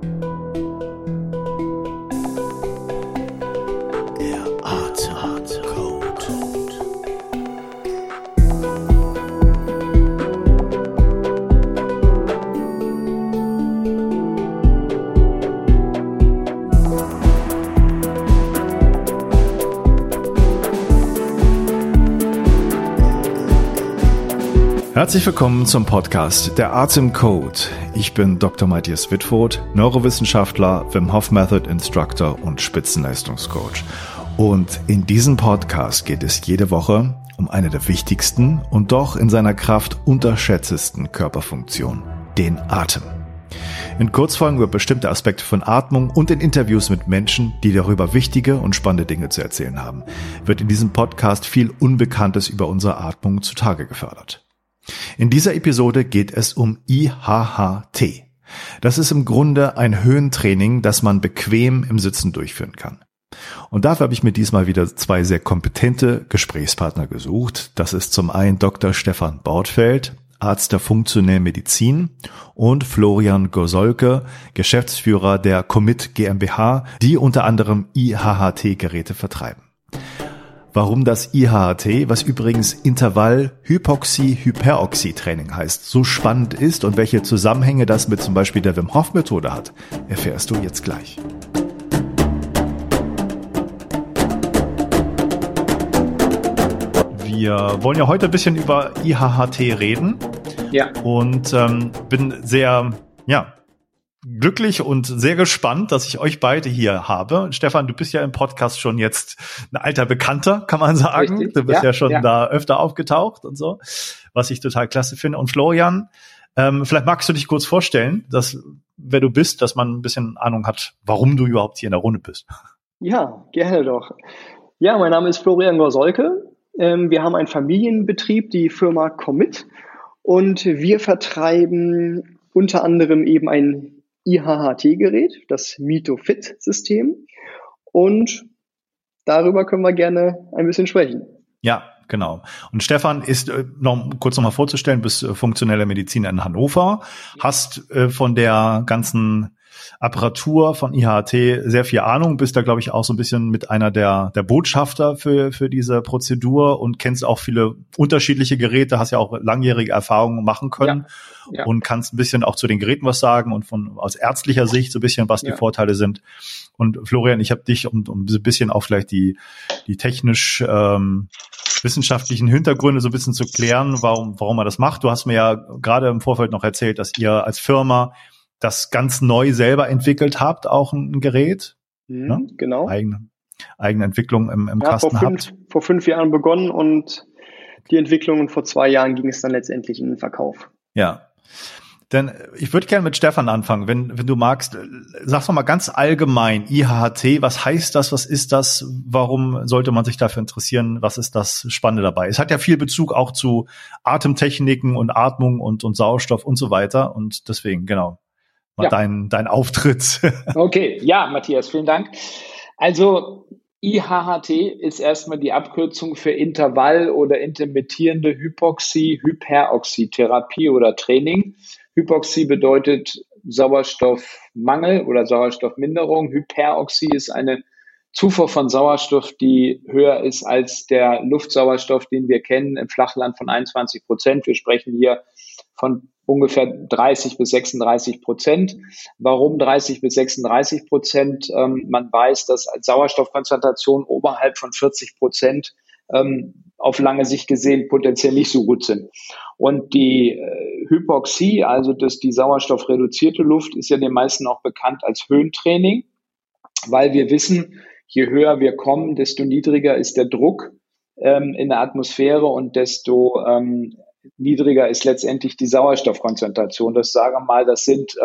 Herzlich willkommen zum Podcast Der Atemcode. Ich bin Dr. Matthias Wittfurt, Neurowissenschaftler, Wim Hof Method Instructor und Spitzenleistungscoach. Und in diesem Podcast geht es jede Woche um eine der wichtigsten und doch in seiner Kraft unterschätztesten Körperfunktionen, den Atem. In Kurzfolgen über bestimmte Aspekte von Atmung und in Interviews mit Menschen, die darüber wichtige und spannende Dinge zu erzählen haben, wird in diesem Podcast viel Unbekanntes über unsere Atmung zutage gefördert. In dieser Episode geht es um IHHT. Das ist im Grunde ein Höhentraining, das man bequem im Sitzen durchführen kann. Und dafür habe ich mir diesmal wieder zwei sehr kompetente Gesprächspartner gesucht. Das ist zum einen Dr. Stefan Bortfeld, Arzt der Funktionellen Medizin, und Florian Gorsolke, Geschäftsführer der Commit GmbH, die unter anderem IHHT-Geräte vertreiben. Warum das IHHT, was übrigens Intervall-Hypoxie-Hyperoxie-Training heißt, so spannend ist und welche Zusammenhänge das mit zum Beispiel der Wim Hof Methode hat, erfährst du jetzt gleich. Wir wollen ja heute ein bisschen über IHHT reden. Ja. Und bin sehr, glücklich und sehr gespannt, dass ich euch beide hier habe. Stefan, du bist ja im Podcast schon jetzt ein alter Bekannter, kann man sagen. Richtig. Du bist ja schon da öfter aufgetaucht und so, was ich total klasse finde. Und Florian, vielleicht magst du dich kurz vorstellen, wer du bist, dass man ein bisschen Ahnung hat, warum du überhaupt hier in der Runde bist. Ja, gerne doch. Ja, mein Name ist Florian Gorsolke. Wir haben einen Familienbetrieb, die Firma Commit, und wir vertreiben unter anderem eben ein IHHT-Gerät, das MitoFit-System, und darüber können wir gerne ein bisschen sprechen. Ja, genau. Und Stefan ist, kurz noch mal vorzustellen, bist funktioneller Mediziner in Hannover, hast von der ganzen Apparatur von IHHT sehr viel Ahnung, bist da, glaube ich, auch so ein bisschen mit einer der Botschafter für diese Prozedur und kennst auch viele unterschiedliche Geräte, hast ja auch langjährige Erfahrungen machen können und kannst ein bisschen auch zu den Geräten was sagen und aus ärztlicher Sicht so ein bisschen, was die Vorteile sind. Und Florian, ich habe dich, um ein bisschen auch vielleicht die technisch wissenschaftlichen Hintergründe so ein bisschen zu klären, warum man das macht. Du hast mir ja gerade im Vorfeld noch erzählt, dass ihr als Firma das ganz neu selber entwickelt habt, auch ein Gerät. Genau. Eigene Entwicklung im Kasten habt. Vor 5 Jahren begonnen und die Entwicklung, und vor 2 Jahren ging es dann letztendlich in den Verkauf. Ja. Denn ich würde gerne mit Stefan anfangen, wenn du magst. Sag doch mal ganz allgemein, IHHT, was heißt das, was ist das, warum sollte man sich dafür interessieren, was ist das Spannende dabei? Es hat ja viel Bezug auch zu Atemtechniken und Atmung und Sauerstoff und so weiter, und deswegen, genau. Dein Auftritt. Okay, ja, Matthias, vielen Dank. Also IHHT ist erstmal die Abkürzung für Intervall- oder intermittierende Hypoxie-Hyperoxie-Therapie oder Training. Hypoxie bedeutet Sauerstoffmangel oder Sauerstoffminderung. Hyperoxie ist eine Zufuhr von Sauerstoff, die höher ist als der Luftsauerstoff, den wir kennen im Flachland von 21%. Wir sprechen hier von ungefähr 30 bis 36%. Warum 30 bis 36%? Man weiß, dass Sauerstoffkonzentrationen oberhalb von 40% auf lange Sicht gesehen potenziell nicht so gut sind. Und die Hypoxie, also die sauerstoffreduzierte Luft, ist ja den meisten auch bekannt als Höhentraining, weil wir wissen, je höher wir kommen, desto niedriger ist der Druck in der Atmosphäre und desto niedriger ist letztendlich die Sauerstoffkonzentration. Das sagen wir mal, das sind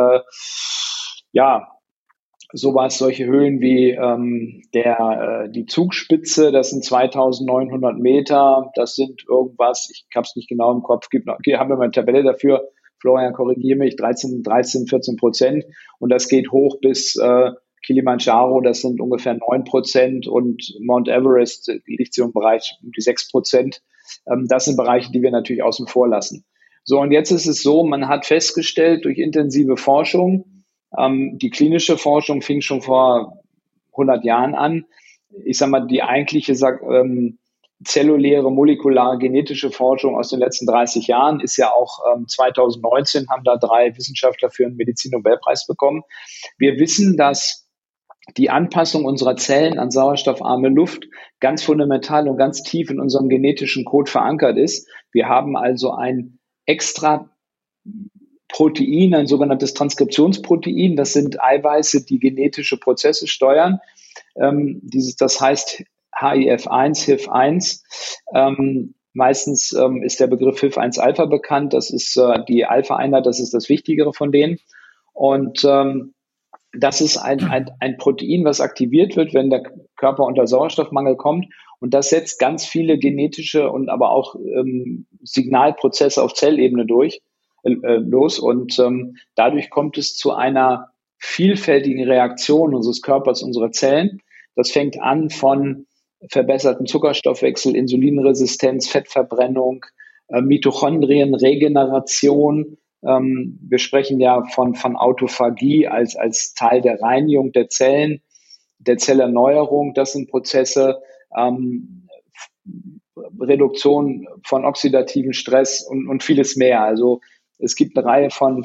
solche Höhen wie die Zugspitze, das sind 2900 Meter, das sind irgendwas, ich habe es nicht genau im Kopf, haben wir mal eine Tabelle dafür, Florian, korrigiere mich, 14%, und das geht hoch bis Kilimanjaro, das sind ungefähr 9%, und Mount Everest liegt so im Bereich um die 6%. Das sind Bereiche, die wir natürlich außen vor lassen. So, und jetzt ist es so, man hat festgestellt durch intensive Forschung, Die klinische Forschung fing schon vor 100 Jahren an. Ich sage mal, die eigentliche zelluläre, molekulare, genetische Forschung aus den letzten 30 Jahren ist ja auch 2019 haben da 3 Wissenschaftler für einen Medizin-Nobelpreis bekommen. Wir wissen, dass die Anpassung unserer Zellen an sauerstoffarme Luft ganz fundamental und ganz tief in unserem genetischen Code verankert ist. Wir haben also ein extra Protein, ein sogenanntes Transkriptionsprotein. Das sind Eiweiße, die genetische Prozesse steuern. Das heißt HIF1, HIF1. Meistens ist der Begriff HIF1-Alpha bekannt. Das ist die Alpha-Einheit, das ist das Wichtigere von denen. Und das ist ein Protein, was aktiviert wird, wenn der Körper unter Sauerstoffmangel kommt. Und das setzt ganz viele genetische und aber auch Signalprozesse auf Zellebene los. Und dadurch kommt es zu einer vielfältigen Reaktion unseres Körpers, unserer Zellen. Das fängt an von verbesserten Zuckerstoffwechsel, Insulinresistenz, Fettverbrennung, Mitochondrienregeneration. Wir sprechen ja von Autophagie als Teil der Reinigung der Zellen, der Zellerneuerung. Das sind Prozesse, Reduktion von oxidativen Stress und vieles mehr. Also es gibt eine Reihe von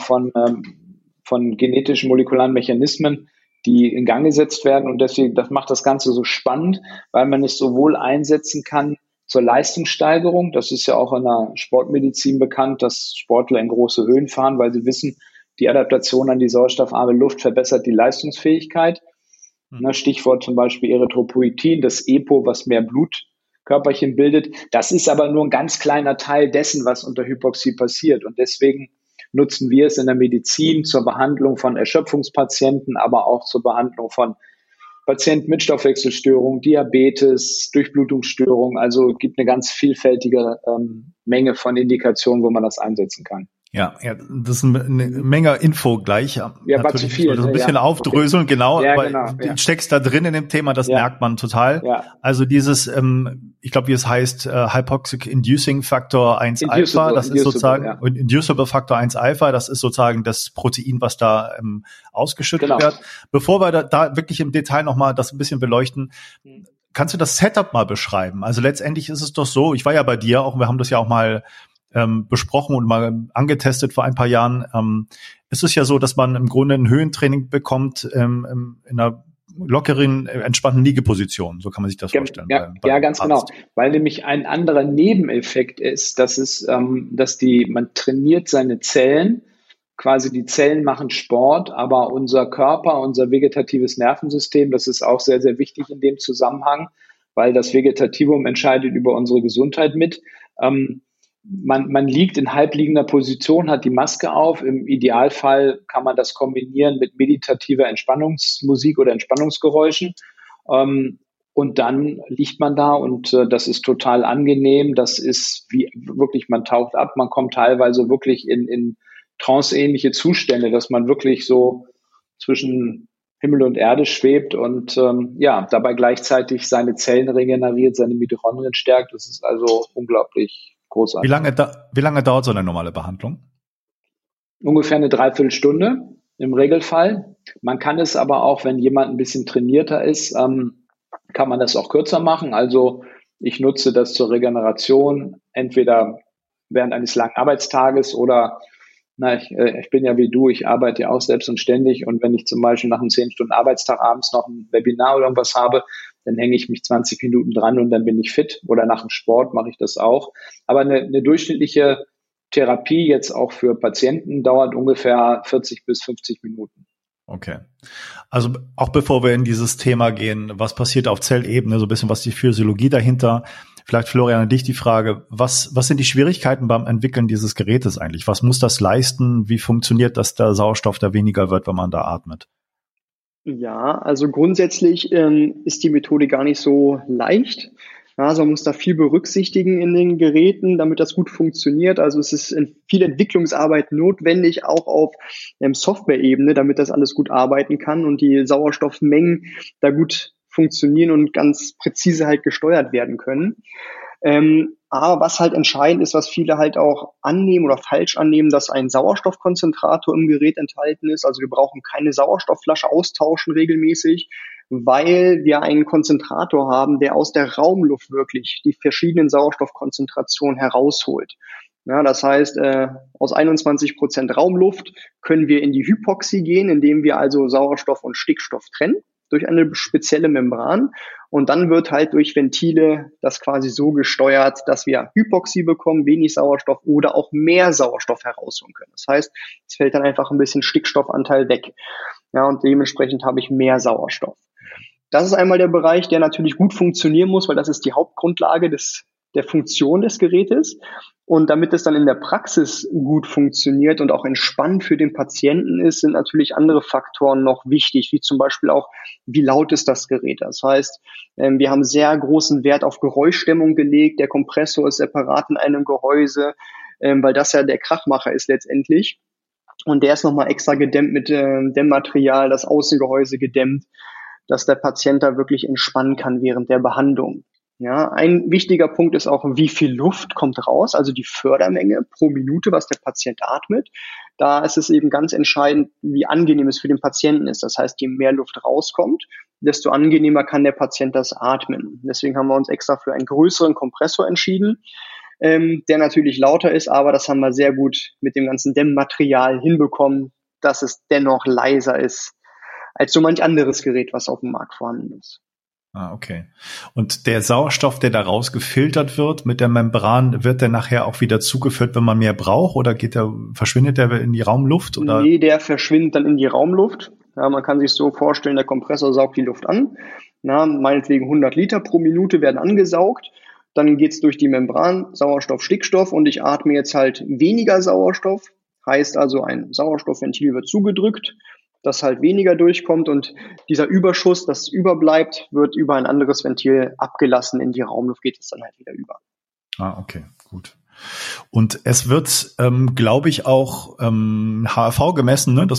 genetischen molekularen Mechanismen, die in Gang gesetzt werden. Und deswegen, das macht das Ganze so spannend, weil man es sowohl einsetzen kann zur Leistungssteigerung. Das ist ja auch in der Sportmedizin bekannt, dass Sportler in große Höhen fahren, weil sie wissen, die Adaptation an die sauerstoffarme Luft verbessert die Leistungsfähigkeit. Stichwort zum Beispiel Erythropoietin, das EPO, was mehr Blutkörperchen bildet. Das ist aber nur ein ganz kleiner Teil dessen, was unter Hypoxie passiert. Und deswegen nutzen wir es in der Medizin zur Behandlung von Erschöpfungspatienten, aber auch zur Behandlung von Patienten mit Stoffwechselstörung, Diabetes, Durchblutungsstörung. Also es gibt eine ganz vielfältige Menge von Indikationen, wo man das einsetzen kann. Ja, das ist eine Menge Info gleich. Ja, war zu viel. So ein bisschen aufdröseln, okay. Genau. Ja, aber genau, du steckst da drin in dem Thema, das merkt man total. Ja. Also dieses, ich glaube, wie es heißt, Hypoxic Inducing Factor 1 Alpha, das ist sozusagen, Inducible Factor 1 Alpha, das ist sozusagen das Protein, was da ausgeschüttet wird. Bevor wir da wirklich im Detail nochmal das ein bisschen beleuchten, kannst du das Setup mal beschreiben? Also letztendlich ist es doch so, ich war ja bei dir auch, wir haben das ja auch mal besprochen und mal angetestet vor ein paar Jahren, ist es ja so, dass man im Grunde ein Höhentraining bekommt in einer lockeren, entspannten Liegeposition. So kann man sich das vorstellen. Ja, ganz genau. Weil nämlich ein anderer Nebeneffekt ist, dass man trainiert seine Zellen, quasi die Zellen machen Sport, aber unser Körper, unser vegetatives Nervensystem, das ist auch sehr, sehr wichtig in dem Zusammenhang, weil das Vegetativum entscheidet über unsere Gesundheit mit. Man liegt in halbliegender Position, hat die Maske auf. Im Idealfall kann man das kombinieren mit meditativer Entspannungsmusik oder Entspannungsgeräuschen. Und dann liegt man da und das ist total angenehm. Das ist wie wirklich, man taucht ab. Man kommt teilweise wirklich in tranceähnliche Zustände, dass man wirklich so zwischen Himmel und Erde schwebt und dabei gleichzeitig seine Zellen regeneriert, seine Mitochondrien stärkt. Das ist also unglaublich großartig. Wie lange dauert so eine normale Behandlung? Ungefähr eine Dreiviertelstunde im Regelfall. Man kann es aber auch, wenn jemand ein bisschen trainierter ist, kann man das auch kürzer machen. Also ich nutze das zur Regeneration, entweder während eines langen Arbeitstages oder ich bin ja wie du, ich arbeite ja auch selbst und ständig und wenn ich zum Beispiel nach einem 10-Stunden-Arbeitstag abends noch ein Webinar oder irgendwas habe, dann hänge ich mich 20 Minuten dran und dann bin ich fit. Oder nach dem Sport mache ich das auch. Aber eine durchschnittliche Therapie jetzt auch für Patienten dauert ungefähr 40 bis 50 Minuten. Okay. Also auch bevor wir in dieses Thema gehen, was passiert auf Zellebene, so ein bisschen was die Physiologie dahinter. Vielleicht, Florian, an dich die Frage, was sind die Schwierigkeiten beim Entwickeln dieses Gerätes eigentlich? Was muss das leisten? Wie funktioniert, dass der Sauerstoff da weniger wird, wenn man da atmet? Ja, also grundsätzlich ist die Methode gar nicht so leicht. Ja, also man muss da viel berücksichtigen in den Geräten, damit das gut funktioniert. Also es ist viel Entwicklungsarbeit notwendig, auch auf Software-Ebene, damit das alles gut arbeiten kann und die Sauerstoffmengen da gut funktionieren und ganz präzise halt gesteuert werden können. Aber was halt entscheidend ist, was viele halt auch annehmen oder falsch annehmen, dass ein Sauerstoffkonzentrator im Gerät enthalten ist. Also wir brauchen keine Sauerstoffflasche austauschen regelmäßig, weil wir einen Konzentrator haben, der aus der Raumluft wirklich die verschiedenen Sauerstoffkonzentrationen herausholt. Ja, das heißt, aus 21% Raumluft können wir in die Hypoxie gehen, indem wir also Sauerstoff und Stickstoff trennen durch eine spezielle Membran. Und dann wird halt durch Ventile das quasi so gesteuert, dass wir Hypoxie bekommen, wenig Sauerstoff oder auch mehr Sauerstoff herausholen können. Das heißt, es fällt dann einfach ein bisschen Stickstoffanteil weg. Ja, und dementsprechend habe ich mehr Sauerstoff. Das ist einmal der Bereich, der natürlich gut funktionieren muss, weil das ist die Hauptgrundlage der Funktion des Gerätes. Und damit es dann in der Praxis gut funktioniert und auch entspannt für den Patienten ist, sind natürlich andere Faktoren noch wichtig, wie zum Beispiel auch, wie laut ist das Gerät. Das heißt, wir haben sehr großen Wert auf Geräuschdämmung gelegt. Der Kompressor ist separat in einem Gehäuse, weil das ja der Krachmacher ist letztendlich. Und der ist nochmal extra gedämmt mit Dämmmaterial, das Außengehäuse gedämmt, dass der Patient da wirklich entspannen kann während der Behandlung. Ja, ein wichtiger Punkt ist auch, wie viel Luft kommt raus, also die Fördermenge pro Minute, was der Patient atmet. Da ist es eben ganz entscheidend, wie angenehm es für den Patienten ist. Das heißt, je mehr Luft rauskommt, desto angenehmer kann der Patient das atmen. Deswegen haben wir uns extra für einen größeren Kompressor entschieden, der natürlich lauter ist, aber das haben wir sehr gut mit dem ganzen Dämmmaterial hinbekommen, dass es dennoch leiser ist als so manch anderes Gerät, was auf dem Markt vorhanden ist. Okay. Und der Sauerstoff, der da rausgefiltert wird mit der Membran, wird der nachher auch wieder zugeführt, wenn man mehr braucht, oder verschwindet der in die Raumluft? Oder? Nee, der verschwindet dann in die Raumluft. Ja, man kann sich so vorstellen, der Kompressor saugt die Luft an. Meinetwegen 100 Liter pro Minute werden angesaugt. Dann geht's durch die Membran, Sauerstoff, Stickstoff, und ich atme jetzt halt weniger Sauerstoff. Heißt also, ein Sauerstoffventil wird zugedrückt, dass halt weniger durchkommt, und dieser Überschuss, das überbleibt, wird über ein anderes Ventil abgelassen. In die Raumluft geht es dann halt wieder über. Okay, gut. Und es wird, glaube ich, auch HRV gemessen, ne? Dass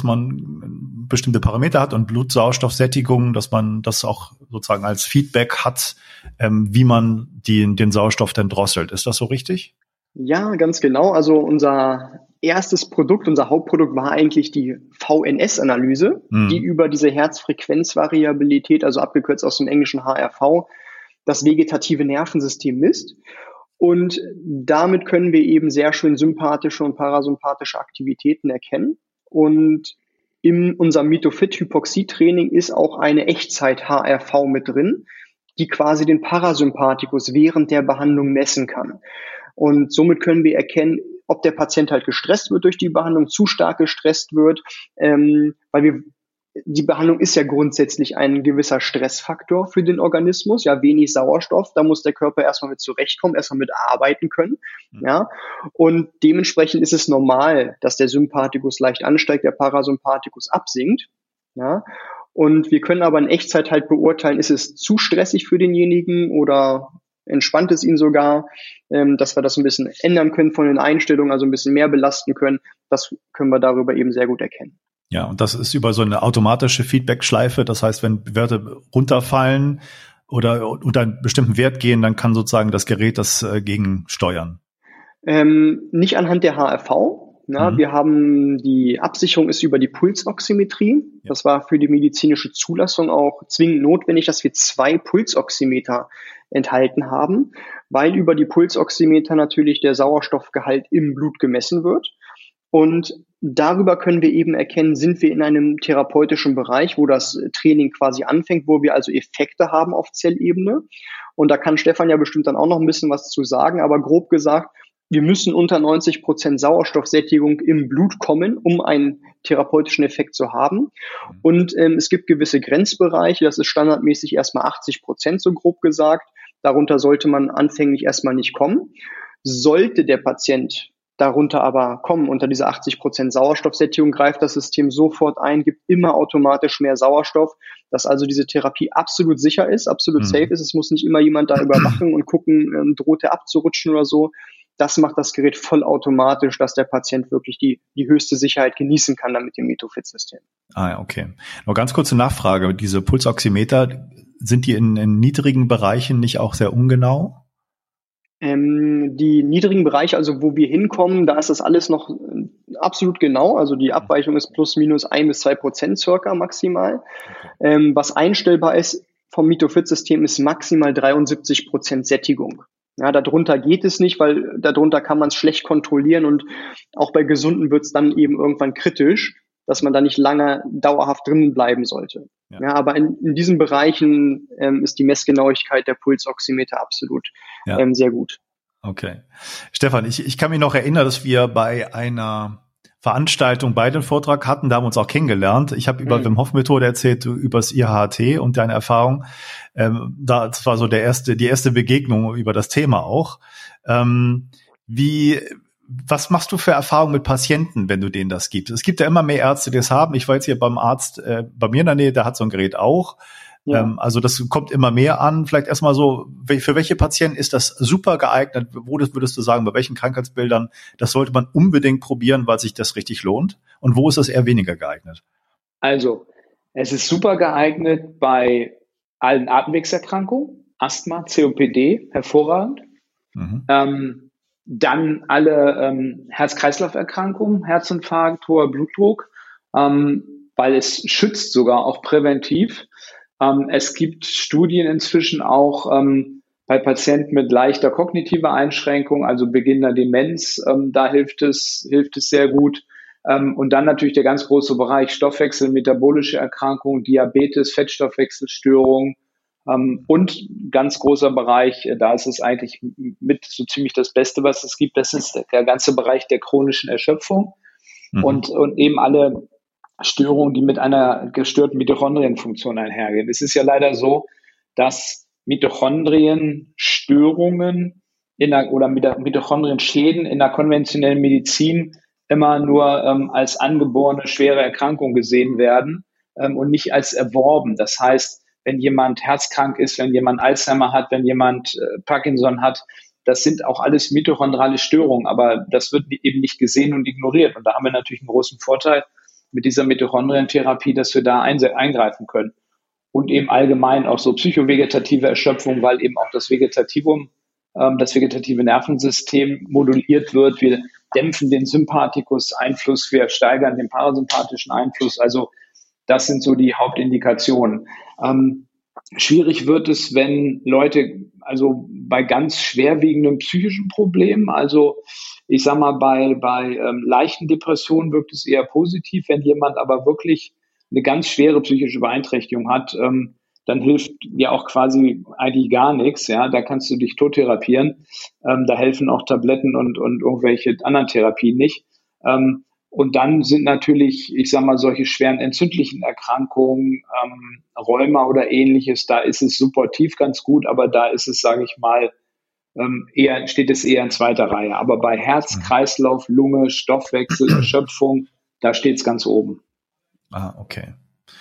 man bestimmte Parameter hat und Blutsauerstoffsättigung, dass man das auch sozusagen als Feedback hat, wie man den Sauerstoff denn drosselt. Ist das so richtig? Ja, ganz genau. Also unser erstes Produkt, unser Hauptprodukt war eigentlich die VNS-Analyse, die über diese Herzfrequenzvariabilität, also abgekürzt aus dem englischen HRV, das vegetative Nervensystem misst. Und damit können wir eben sehr schön sympathische und parasympathische Aktivitäten erkennen. Und in unserem Mitofit-Hypoxie-Training ist auch eine Echtzeit-HRV mit drin, die quasi den Parasympathikus während der Behandlung messen kann. Und somit können wir erkennen, ob der Patient halt gestresst wird durch die Behandlung, zu stark gestresst wird, weil die Behandlung ist ja grundsätzlich ein gewisser Stressfaktor für den Organismus, ja, wenig Sauerstoff, da muss der Körper erstmal mit zurechtkommen, erstmal mit arbeiten können, ja, und dementsprechend ist es normal, dass der Sympathikus leicht ansteigt, der Parasympathikus absinkt, ja, und wir können aber in Echtzeit halt beurteilen, ist es zu stressig für denjenigen oder entspannt es ihn sogar, dass wir das ein bisschen ändern können von den Einstellungen, also ein bisschen mehr belasten können. Das können wir darüber eben sehr gut erkennen. Ja, und das ist über so eine automatische Feedback-Schleife. Das heißt, wenn Werte runterfallen oder unter einen bestimmten Wert gehen, dann kann sozusagen das Gerät das gegensteuern. Nicht anhand der HRV. Wir haben, die Absicherung ist über die Pulsoximetrie. Ja. Das war für die medizinische Zulassung auch zwingend notwendig, dass wir 2 Pulsoximeter enthalten haben, weil über die Pulsoximeter natürlich der Sauerstoffgehalt im Blut gemessen wird. Und darüber können wir eben erkennen, sind wir in einem therapeutischen Bereich, wo das Training quasi anfängt, wo wir also Effekte haben auf Zellebene. Und da kann Stefan ja bestimmt dann auch noch ein bisschen was zu sagen, aber grob gesagt, wir müssen unter 90% Sauerstoffsättigung im Blut kommen, um einen therapeutischen Effekt zu haben. Und es gibt gewisse Grenzbereiche, das ist standardmäßig erstmal 80%, so grob gesagt. Darunter sollte man anfänglich erstmal nicht kommen. Sollte der Patient darunter aber kommen, unter diese 80% Sauerstoffsättigung, greift das System sofort ein, gibt immer automatisch mehr Sauerstoff, dass also diese Therapie absolut sicher ist, absolut safe ist. Es muss nicht immer jemand da überwachen und gucken, droht er abzurutschen oder so. Das macht das Gerät vollautomatisch, dass der Patient wirklich die höchste Sicherheit genießen kann dann mit dem Mitofit-System. Okay. Nur ganz kurze Nachfrage. Diese Pulsoximeter, sind die in niedrigen Bereichen nicht auch sehr ungenau? Die niedrigen Bereiche, also wo wir hinkommen, da ist das alles noch absolut genau. Also die Abweichung ist plus minus 1-2% circa maximal. Okay. Was einstellbar ist vom Mito-Fit-System ist maximal 73% Sättigung. Ja, darunter geht es nicht, weil darunter kann man es schlecht kontrollieren und auch bei Gesunden wird es dann eben irgendwann kritisch, dass man da nicht lange dauerhaft drinnen bleiben sollte. Ja, aber in diesen Bereichen ist die Messgenauigkeit der Pulsoximeter absolut sehr gut. Okay. Stefan, ich kann mich noch erinnern, dass wir bei einer Veranstaltung beide einen Vortrag hatten, da haben wir uns auch kennengelernt. Ich habe über Wim Hof Methode erzählt, über das IHT und deine Erfahrung. Das war so die erste Begegnung über das Thema auch. Was machst du für Erfahrungen mit Patienten, wenn du denen das gibst? Es gibt ja immer mehr Ärzte, die das haben. Ich war jetzt hier beim Arzt bei mir in der Nähe, der hat so ein Gerät auch. Ja. Also das kommt immer mehr an. Vielleicht erstmal so, für welche Patienten ist das super geeignet? Wo würdest du sagen, bei welchen Krankheitsbildern, das sollte man unbedingt probieren, weil sich das richtig lohnt? Und wo ist das eher weniger geeignet? Also, es ist super geeignet bei allen Atemwegserkrankungen, Asthma, COPD, hervorragend. Dann alle Herz-Kreislauf-Erkrankungen, Herzinfarkt, hoher Blutdruck, weil es schützt sogar auch präventiv. Es gibt Studien inzwischen auch bei Patienten mit leichter kognitiver Einschränkung, also beginnender Demenz, da hilft es sehr gut. Und dann natürlich der ganz große Bereich Stoffwechsel, metabolische Erkrankungen, Diabetes, Fettstoffwechselstörungen. Und ganz großer Bereich, da ist es eigentlich mit so ziemlich das Beste, was es gibt, das ist der ganze Bereich der chronischen Erschöpfung und eben alle Störungen, die mit einer gestörten Mitochondrienfunktion einhergehen. Es ist ja leider so, dass Mitochondrienstörungen oder Mitochondrienschäden in der konventionellen Medizin immer nur als angeborene schwere Erkrankung gesehen werden und nicht als erworben. Das heißt, wenn jemand herzkrank ist, wenn jemand Alzheimer hat, wenn jemand Parkinson hat, das sind auch alles mitochondrale Störungen, aber das wird eben nicht gesehen und ignoriert. Und da haben wir natürlich einen großen Vorteil mit dieser Mitochondrientherapie, dass wir da eingreifen können. Und eben allgemein auch so psychovegetative Erschöpfung, weil eben auch das vegetative Nervensystem moduliert wird. Wir dämpfen den Sympathikus-Einfluss, wir steigern den parasympathischen Einfluss. Also das sind so die Hauptindikationen. Schwierig wird es, wenn Leute, also bei ganz schwerwiegenden psychischen Problemen, also ich sag mal, bei leichten Depressionen wirkt es eher positiv. Wenn jemand aber wirklich eine ganz schwere psychische Beeinträchtigung hat, dann hilft ja auch quasi eigentlich gar nichts. Ja, da kannst du dich tottherapieren. Da helfen auch Tabletten und irgendwelche anderen Therapien nicht. Und dann sind natürlich, ich sag mal, solche schweren entzündlichen Erkrankungen, Rheuma oder ähnliches, da ist es supportiv ganz gut, aber da ist es, sage ich mal, steht es eher in zweiter Reihe. Aber bei Herz, Kreislauf, Lunge, Stoffwechsel, Erschöpfung, da steht es ganz oben. Ah, okay.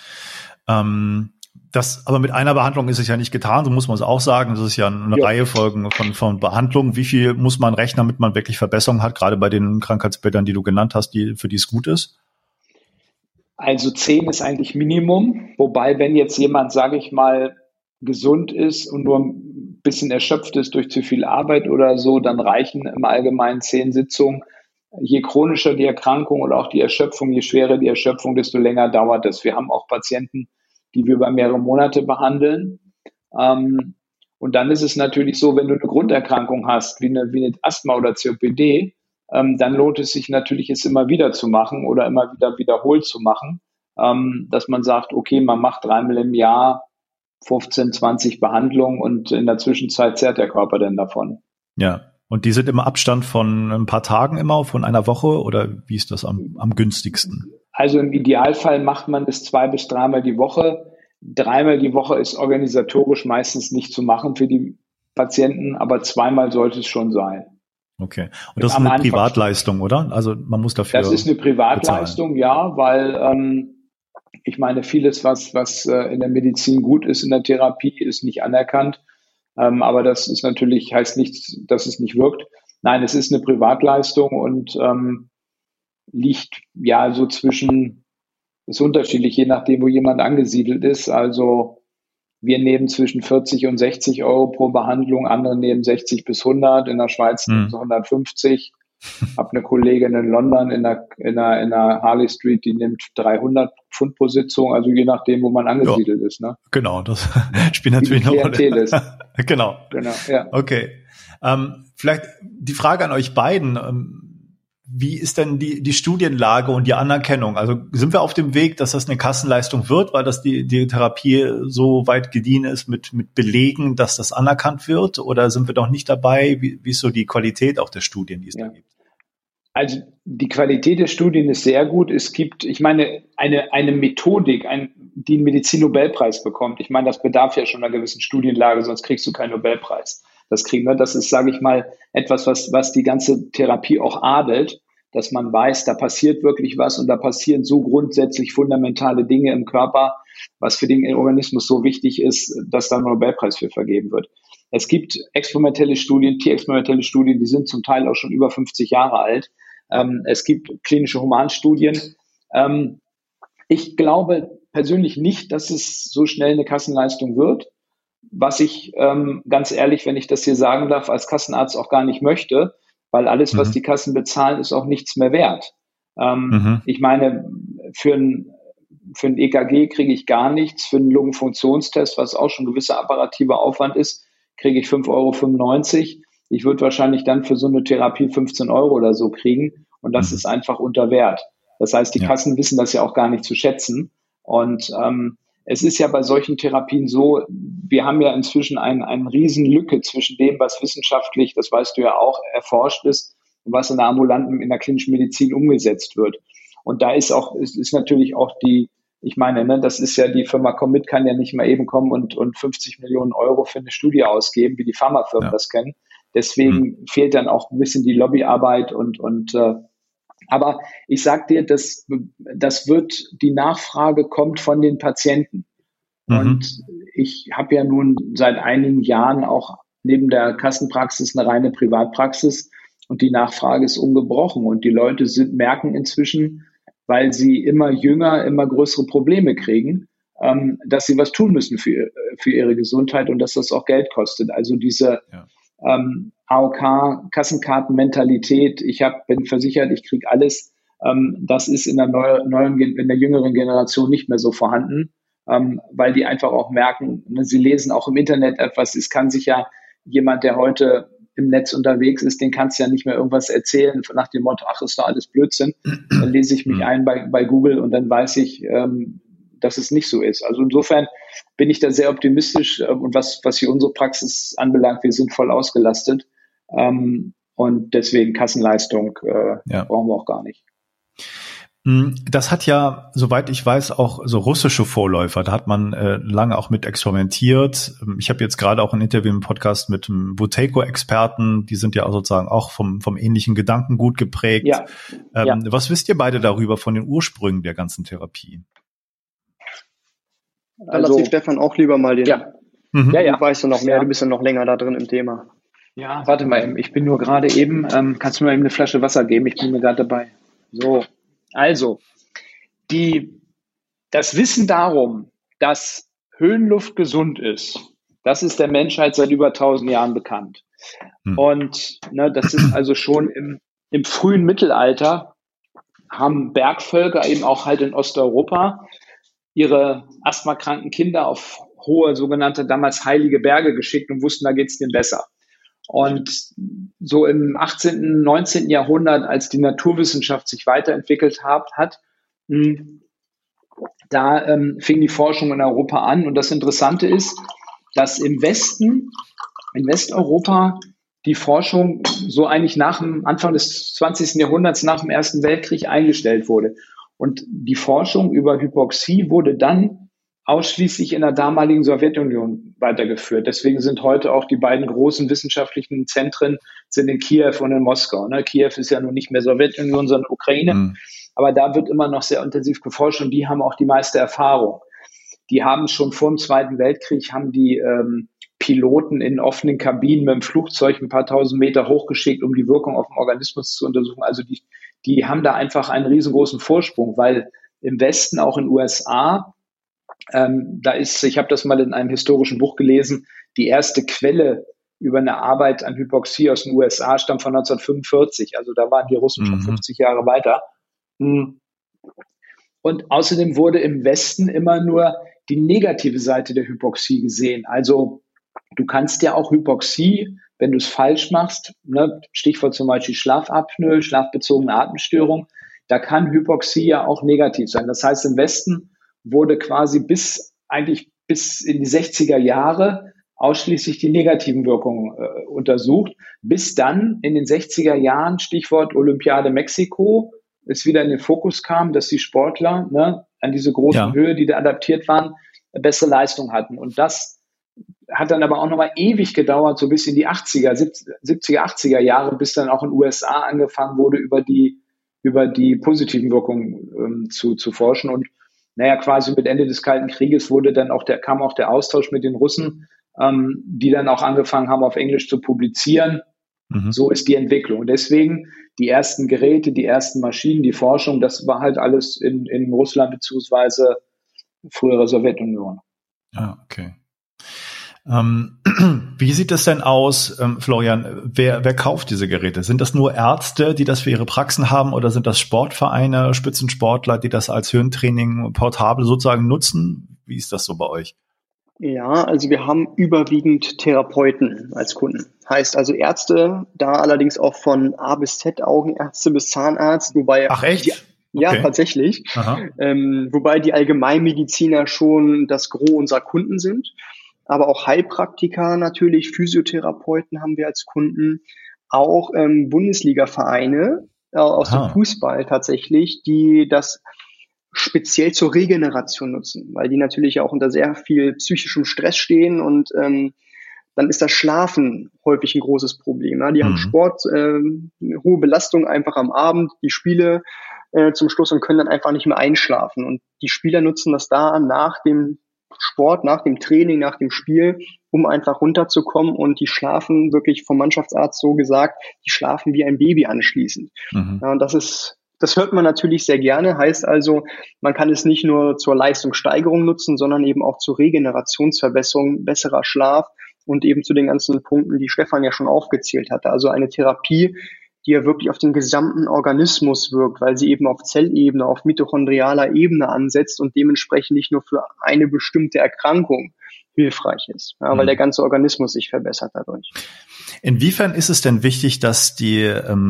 Aber mit einer Behandlung ist es ja nicht getan, so muss man es auch sagen. Das ist ja eine Reihe von Behandlungen. Wie viel muss man rechnen, damit man wirklich Verbesserung hat, gerade bei den Krankheitsbildern, die du genannt hast, für die es gut ist? Also 10 ist eigentlich Minimum. Wobei, wenn jetzt jemand, sage ich mal, gesund ist und nur ein bisschen erschöpft ist durch zu viel Arbeit oder so, dann reichen im Allgemeinen 10 Sitzungen. Je chronischer die Erkrankung oder auch die Erschöpfung, je schwerer die Erschöpfung, desto länger dauert es. Wir haben auch Patienten, die wir über mehrere Monate behandeln. Und dann ist es natürlich so, wenn du eine Grunderkrankung hast, wie eine Asthma oder COPD, dann lohnt es sich natürlich, es immer wieder zu machen oder immer wieder wiederholt zu machen, dass man sagt, okay, man macht 3-mal im Jahr 15, 20 Behandlungen und in der Zwischenzeit zehrt der Körper dann davon. Ja, und die sind im Abstand von ein paar Tagen immer, von einer Woche, oder wie ist das am günstigsten? Also im Idealfall macht man es 2- bis 3-mal die Woche. 3-mal die Woche ist organisatorisch meistens nicht zu machen für die Patienten, aber 2-mal sollte es schon sein. Okay. Und das ist eine Privatleistung, oder? Also man muss dafür Das ist eine Privatleistung, bezahlen. Ja, weil ich meine, vieles, was in der Medizin gut ist, in der Therapie, ist nicht anerkannt. Aber das ist natürlich, heißt nicht, dass es nicht wirkt. Nein, es ist eine Privatleistung und liegt ja so zwischen, ist unterschiedlich, je nachdem, wo jemand angesiedelt ist. Also Wir nehmen zwischen 40 und 60 Euro pro Behandlung, andere nehmen 60 bis 100, in der Schweiz 150. Habe eine Kollegin in London in der Harley Street, die nimmt 300 Pfund pro Sitzung, also je nachdem, wo man angesiedelt ist. Ne? Genau, das spielt natürlich eine Rolle. Ist. Genau, ja. Okay. Vielleicht die Frage an euch beiden. Wie ist denn die Studienlage und die Anerkennung? Also sind wir auf dem Weg, dass das eine Kassenleistung wird, weil das die Therapie so weit gediehen ist mit Belegen, dass das anerkannt wird? Oder sind wir doch nicht dabei? Wie ist so die Qualität auch der Studien, die es da gibt? Also die Qualität der Studien ist sehr gut. Es gibt, ich meine, eine Methodik, die einen Medizin-Nobelpreis bekommt. Ich meine, das bedarf ja schon einer gewissen Studienlage, sonst kriegst du keinen Nobelpreis. Das ist, sage ich mal, etwas, was die ganze Therapie auch adelt, dass man weiß, da passiert wirklich was und da passieren so grundsätzlich fundamentale Dinge im Körper, was für den Organismus so wichtig ist, dass da ein Nobelpreis für vergeben wird. Es gibt experimentelle Studien, tierexperimentelle Studien, die sind zum Teil auch schon über 50 Jahre alt. Es gibt klinische Humanstudien. Ich glaube persönlich nicht, dass es so schnell eine Kassenleistung wird, was ich ganz ehrlich, wenn ich das hier sagen darf, als Kassenarzt auch gar nicht möchte, weil alles, was die Kassen bezahlen, ist auch nichts mehr wert. Ich meine, für ein EKG kriege ich gar nichts, für einen Lungenfunktionstest, was auch schon gewisser apparativer Aufwand ist, kriege ich 5,95 €. Ich würde wahrscheinlich dann für so eine Therapie 15 Euro oder so kriegen und das ist einfach unter Wert. Das heißt, die Kassen wissen das ja auch gar nicht zu schätzen und es ist ja bei solchen Therapien so, wir haben ja inzwischen eine riesen Lücke zwischen dem, was wissenschaftlich, das weißt du ja auch, erforscht ist und was in der klinischen Medizin umgesetzt wird. Und da ist natürlich auch ich meine, ne, das ist ja die Firma Commit kann ja nicht mal eben kommen und 50 Millionen Euro für eine Studie ausgeben, wie die Pharmafirmen das kennen. Deswegen fehlt dann auch ein bisschen die Lobbyarbeit aber ich sag dir, die Nachfrage kommt von den Patienten. Und ich habe ja nun seit einigen Jahren auch neben der Kassenpraxis eine reine Privatpraxis und die Nachfrage ist ungebrochen und die Leute merken inzwischen, weil sie immer jünger, immer größere Probleme kriegen, dass sie was tun müssen für ihre Gesundheit und dass das auch Geld kostet. Also diese AOK-Kassenkartenmentalität, bin versichert, ich kriege alles, das ist in der jüngeren Generation nicht mehr so vorhanden, weil die einfach auch merken, ne, sie lesen auch im Internet etwas, es kann sich ja jemand, der heute im Netz unterwegs ist, den kannst du ja nicht mehr irgendwas erzählen nach dem Motto, ach, ist doch alles Blödsinn. Dann lese ich mich ein bei Google und dann weiß ich, dass es nicht so ist. Also insofern bin ich da sehr optimistisch und was hier unsere Praxis anbelangt, wir sind voll ausgelastet und deswegen Kassenleistung brauchen wir auch gar nicht. Das hat ja, soweit ich weiß, auch so russische Vorläufer. Da hat man lange auch mit experimentiert. Ich habe jetzt gerade auch ein Interview im Podcast mit einem Buteco-Experten. Die sind ja auch sozusagen auch vom ähnlichen Gedankengut geprägt. Ja. Was wisst ihr beide darüber von den Ursprüngen der ganzen Therapie? Dann lass den Stefan auch lieber mal den. Ja. Du weißt ja noch mehr, du bist ja noch länger da drin im Thema. Ja, warte mal, ich bin nur gerade eben, kannst du mir eben eine Flasche Wasser geben? Ich bin mir gerade dabei. So. Also, das Wissen darum, dass Höhenluft gesund ist, das ist der Menschheit seit über 1000 Jahren bekannt. Und das ist also schon im frühen Mittelalter haben Bergvölker eben auch halt in Osteuropa ihre asthmakranken Kinder auf hohe, sogenannte damals heilige Berge geschickt und wussten, da geht's denen besser. Und so im 18., 19. Jahrhundert, als die Naturwissenschaft sich weiterentwickelt hat, da fing die Forschung in Europa an. Und das Interessante ist, dass in Westeuropa, die Forschung so eigentlich nach dem Anfang des 20. Jahrhunderts, nach dem Ersten Weltkrieg eingestellt wurde. Und die Forschung über Hypoxie wurde dann ausschließlich in der damaligen Sowjetunion weitergeführt. Deswegen sind heute auch die beiden großen wissenschaftlichen Zentren sind in Kiew und in Moskau. Kiew ist ja nun nicht mehr Sowjetunion, sondern Ukraine. Aber da wird immer noch sehr intensiv geforscht und die haben auch die meiste Erfahrung. Die haben schon vor dem Zweiten Weltkrieg, haben die Piloten in offenen Kabinen mit dem Flugzeug ein paar tausend Meter hochgeschickt, um die Wirkung auf den Organismus zu untersuchen. Also die haben da einfach einen riesengroßen Vorsprung, weil im Westen, auch in den USA, Ich habe das mal in einem historischen Buch gelesen, die erste Quelle über eine Arbeit an Hypoxie aus den USA stammt von 1945. Also da waren die Russen schon 50 Jahre weiter. Und außerdem wurde im Westen immer nur die negative Seite der Hypoxie gesehen. Also du kannst ja auch Hypoxie, wenn du es falsch machst, ne, Stichwort zum Beispiel Schlafapnoe, schlafbezogene Atemstörung, da kann Hypoxie ja auch negativ sein. Das heißt, im Westen wurde quasi bis in die 60er Jahre ausschließlich die negativen Wirkungen untersucht, bis dann in den 60er Jahren, Stichwort Olympiade Mexiko, es wieder in den Fokus kam, dass die Sportler an diese großen Höhe, die da adaptiert waren, bessere Leistung hatten. Und das hat dann aber auch nochmal ewig gedauert, so bis in die 70er, 80er Jahre, bis dann auch in den USA angefangen wurde, über die positiven Wirkungen zu forschen. Und quasi mit Ende des Kalten Krieges kam auch der Austausch mit den Russen, die dann auch angefangen haben, auf Englisch zu publizieren. So ist die Entwicklung. Und deswegen die ersten Geräte, die ersten Maschinen, die Forschung, das war halt alles in Russland beziehungsweise frühere Sowjetunion. Ah, okay. Wie sieht es denn aus, Florian? Wer kauft diese Geräte? Sind das nur Ärzte, die das für ihre Praxen haben, oder sind das Sportvereine, Spitzensportler, die das als Höhentraining portabel sozusagen nutzen? Wie ist das so bei euch? Ja, also wir haben überwiegend Therapeuten als Kunden. Heißt also Ärzte, da allerdings auch von A bis Z, Augenärzte bis Zahnarzt, wobei... Ach echt? Ja, tatsächlich. Wobei die Allgemeinmediziner schon das Gros unserer Kunden sind. Aber auch Heilpraktiker natürlich, Physiotherapeuten haben wir als Kunden, auch Bundesliga-Vereine aus dem Fußball tatsächlich, die das speziell zur Regeneration nutzen, weil die natürlich auch unter sehr viel psychischem Stress stehen und dann ist das Schlafen häufig ein großes Problem. Ja? Die haben Sport, eine hohe Belastung einfach am Abend, die Spiele zum Schluss und können dann einfach nicht mehr einschlafen. Und die Spieler nutzen das da nach dem Sport, nach dem Training, nach dem Spiel, um einfach runterzukommen, und die schlafen wirklich vom Mannschaftsarzt so gesagt, die schlafen wie ein Baby anschließend. Ja, und das hört man natürlich sehr gerne, heißt also, man kann es nicht nur zur Leistungssteigerung nutzen, sondern eben auch zur Regenerationsverbesserung, besserer Schlaf und eben zu den ganzen Punkten, die Stefan ja schon aufgezählt hatte. Also eine Therapie, die ja wirklich auf den gesamten Organismus wirkt, weil sie eben auf Zellebene, auf mitochondrialer Ebene ansetzt und dementsprechend nicht nur für eine bestimmte Erkrankung hilfreich ist, weil der ganze Organismus sich verbessert dadurch. Inwiefern ist es denn wichtig, dass die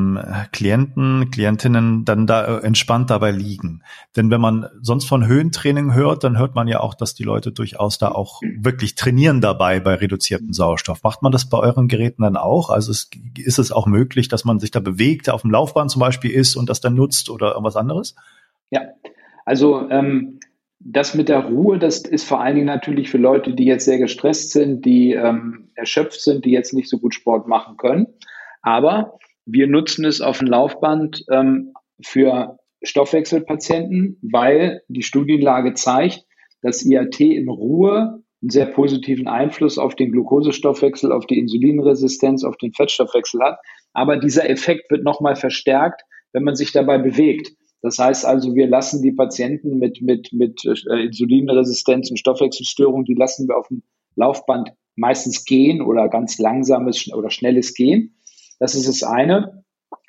Klientinnen dann da entspannt dabei liegen? Denn wenn man sonst von Höhentraining hört, dann hört man ja auch, dass die Leute durchaus da auch wirklich trainieren dabei bei reduziertem Sauerstoff. Macht man das bei euren Geräten dann auch? Also ist es auch möglich, dass man sich da bewegt, auf dem Laufband zum Beispiel ist und das dann nutzt oder irgendwas anderes? Ja, also das mit der Ruhe, das ist vor allen Dingen natürlich für Leute, die jetzt sehr gestresst sind, die erschöpft sind, die jetzt nicht so gut Sport machen können. Aber wir nutzen es auf dem Laufband für Stoffwechselpatienten, weil die Studienlage zeigt, dass IAT in Ruhe einen sehr positiven Einfluss auf den Glukosestoffwechsel, auf die Insulinresistenz, auf den Fettstoffwechsel hat. Aber dieser Effekt wird nochmal verstärkt, wenn man sich dabei bewegt. Das heißt also, wir lassen die Patienten mit Insulinresistenz und Stoffwechselstörungen, die lassen wir auf dem Laufband meistens gehen oder ganz langsames oder schnelles Gehen. Das ist das eine.